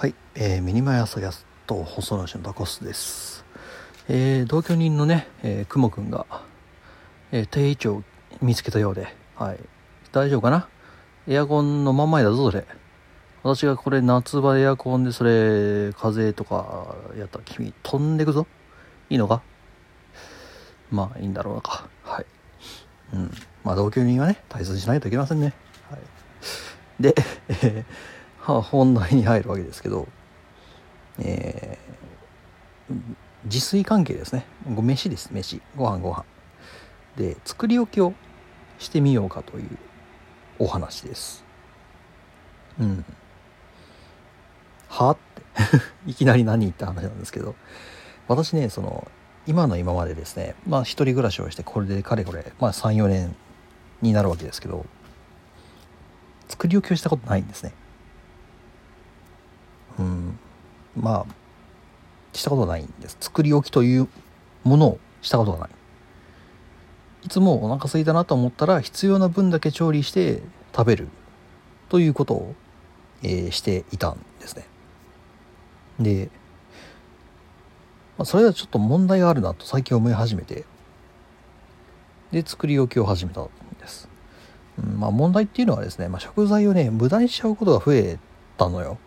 はい、ミニマイアスキャスト放送主のタコスです。同居人のね、くもくんが、定位置を見つけたようで、はい、大丈夫かな。エアコンの真ん前だぞそれ。私がこれ夏場エアコンでそれ風とかやったら君飛んでくぞ。いいのか。まあいいんだろうなか。はい。まあ同居人はね大切にしないといけませんね。はい。で、本題に入るわけですけど、自炊関係ですね。飯です。飯、ご飯で作り置きをしてみようかというお話です。はっていきなり何って話なんですけど、私ね、今までですね、一人暮らしをしてこれでかれこれ、3、4年になるわけですけど、作り置きをしたことないんですね。したことないんです。作り置きというものをしたことがない。いつもお腹空いたなと思ったら必要な分だけ調理して食べるということを、していたんですね。で、それはちょっと問題があるなと最近思い始めて、で作り置きを始めたんです。問題っていうのはですね、食材をね無駄にしちゃうことが増えたのよ。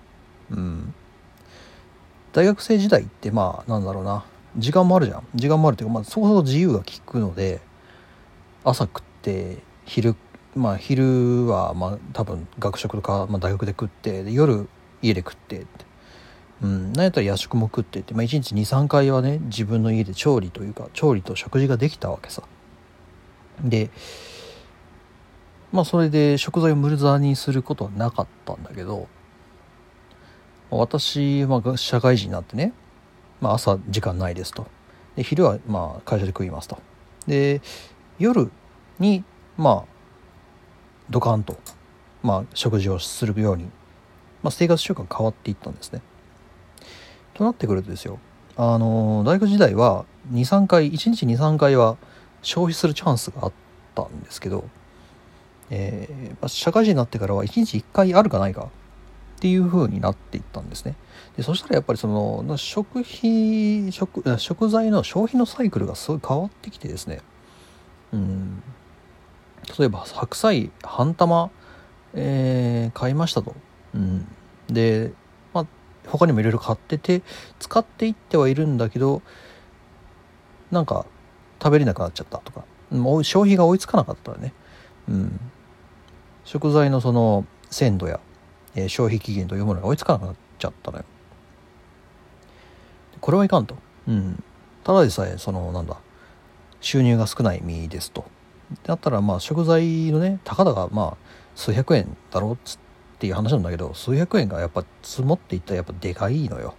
大学生時代ってなんだろうな、時間もあるじゃん。時間もあるというか、そこそこ自由が利くので、朝食って昼は多分学食とか、大学で食って、で夜家で食ってって、なんやったら夜食も食ってって、1日 2,3 回はね自分の家で調理と食事ができたわけさ。でそれで食材を無駄にすることはなかったんだけど、私、社会人になってね、朝時間ないですと。で昼は会社で食いますと。で夜にドカンと食事をするように、生活習慣変わっていったんですね。となってくるとですよ、大学時代は1日 2,3 回は消費するチャンスがあったんですけど、社会人になってからは1日1回あるかないかっていう風になっていったんですね。でそしたらやっぱり食材の消費のサイクルがすごい変わってきてですね、例えば白菜半玉、買いましたと。で他にもいろいろ買ってて使っていってはいるんだけど、なんか食べれなくなっちゃったとか、もう消費が追いつかなかったらね、食材の鮮度や、消費期限というものが追いつかなくなっちゃったのよ。これはいかんと。ただでさえ収入が少ない身ですと。だったら食材のねたかだが数百円だろうっていう話なんだけど、数百円がやっぱ積もっていったらやっぱでかいのよ。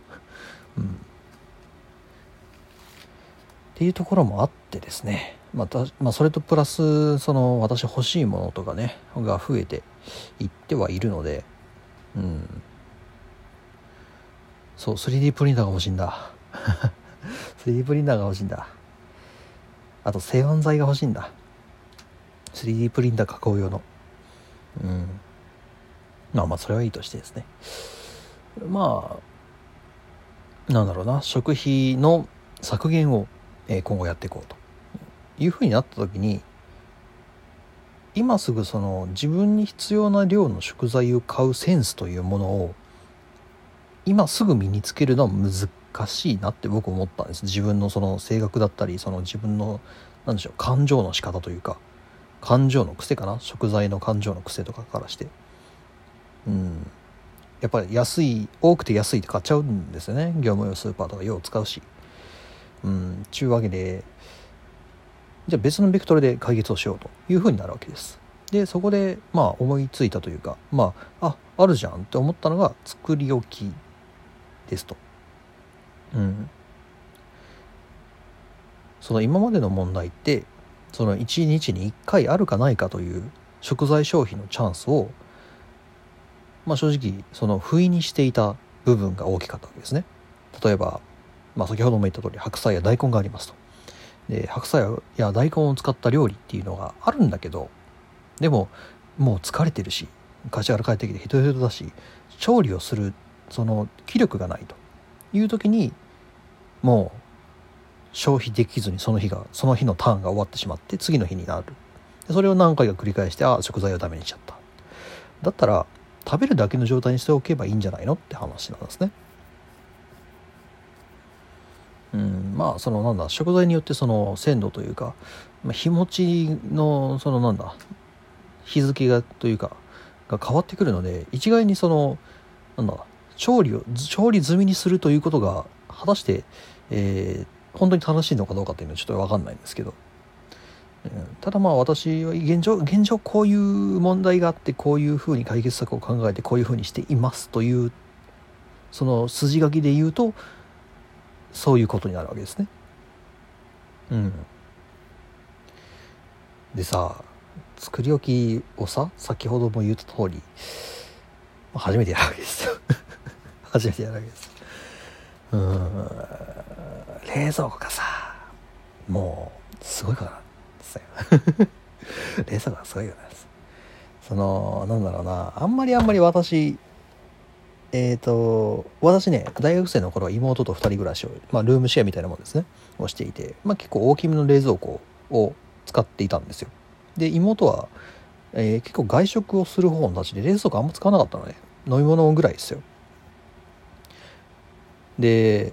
っていうところもあってですね、それとプラス私欲しいものとかねが増えていってはいるので、そう 3D プリンターが欲しいんだ3D プリンターが欲しいんだ。あと静音材が欲しいんだ。 3D プリンター加工用の。それはいいとしてですね、なんだろうな、食費の削減を今後やっていこうというふうになった時に、今すぐ自分に必要な量の食材を買うセンスというものを今すぐ身につけるのは難しいなって僕思ったんです。自分の性格だったり自分の感情の仕方というか、感情の癖かな、食材の感情の癖とかからして、やっぱり多くて安いって買っちゃうんですよね。業務用スーパーとかよう使うし、ちゅうわけで、じゃあ別のベクトルで解決をしようというふうになるわけです。でそこで思いついたというか、あるじゃんって思ったのが作り置きですと。今までの問題って1日に1回あるかないかという食材消費のチャンスを正直不意にしていた部分が大きかったわけですね。例えば、先ほども言った通り白菜や大根がありますと。で白菜や大根を使った料理っていうのがあるんだけど、でももう疲れてるし会社から帰ってきてヘトヘトだし、調理をするその気力がないという時にもう消費できずにその日のターンが終わってしまって次の日になる。それを何回か繰り返して食材をダメにしちゃった。だったら食べるだけの状態にしておけばいいんじゃないのって話なんですね。まあ食材によってその鮮度というか、日持ちの日付がというかが変わってくるので、一概に調理済みにするということが果たして、本当に正しいのかどうかっていうのはちょっと分かんないんですけど、ただ私は現状こういう問題があってこういうふうに解決策を考えてこういうふうにしていますというその筋書きで言うとそういうことになるわけですね。でさ、作り置きを先ほども言った通り初めてやるわけですよ初めてやるわけです。冷蔵庫がさもうすごいから冷蔵庫がすごいよね。あんまり私私ね大学生の頃は妹と2人暮らしを、ルームシェアみたいなもんですねをしていて、結構大きめの冷蔵庫を使っていたんですよ。で妹は、結構外食をする方のたちで冷蔵庫あんま使わなかったのね。飲み物ぐらいですよ。で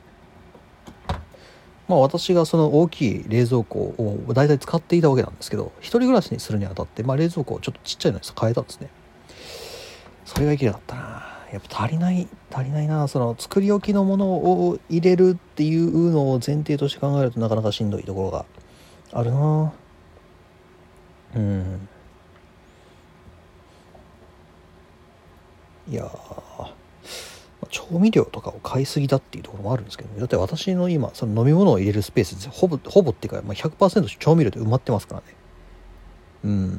私がその大きい冷蔵庫を大体使っていたわけなんですけど、一人暮らしにするにあたって、冷蔵庫をちょっとちっちゃいのに変えたんですね。それがいけなかったな。やっぱ足りないな。その作り置きのものを入れるっていうのを前提として考えるとなかなかしんどいところがあるな。いや調味料とかを買いすぎだっていうところもあるんですけど、だって私の今その飲み物を入れるスペースほぼっていうか、100% 調味料で埋まってますからね。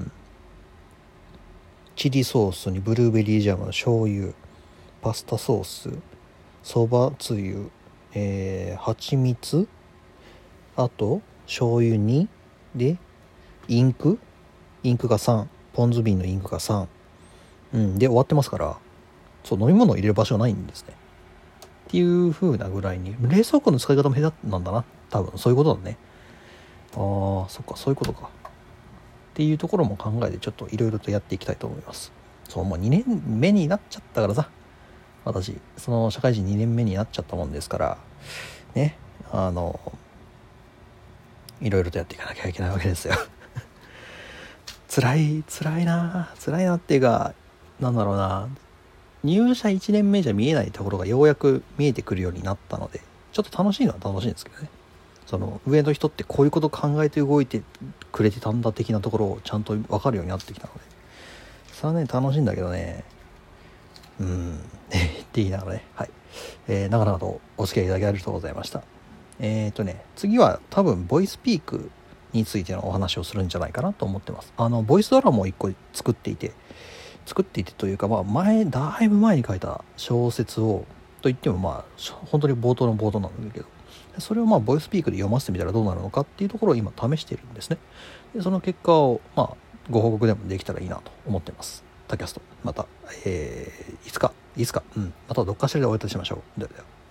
チリソースにブルーベリージャム、醤油、パスタソース、そばつゆ、蜂蜜、あと醤油2でインクが3、ポン酢瓶のインクが3、で終わってますから、そう飲み物を入れる場所がないんですね。っていう風なぐらいに冷蔵庫の使い方も下手なんだな。多分そういうことだね。そっか、そういうことかっていうところも考えてちょっといろいろとやっていきたいと思います。もう2年目になっちゃったからさ、私その社会人2年目になっちゃったもんですからね、いろいろとやっていかなきゃいけないわけですよ辛いなっていうか、入社1年目じゃ見えないところがようやく見えてくるようになったので、ちょっと楽しいのは楽しいんですけどね。その上の人ってこういうことを考えて動いてくれてたんだ的なところをちゃんと分かるようになってきたので、それはね楽しいんだけどね。って言いながらね、はい、長々とお付き合いいただきありがとうございました。次は多分ボイスピークについてのお話をするんじゃないかなと思ってます。ボイスドラマを1個作っていてというか、だいぶ前に書いた小説をと言っても本当に冒頭の冒頭なんだけど、それをボイスピークで読ませてみたらどうなるのかっていうところを今試しているんですね。でその結果をご報告でもできたらいいなと思ってます。タキャストまた、いつかまたどっかしらでお会いいたしましょう。ではでは。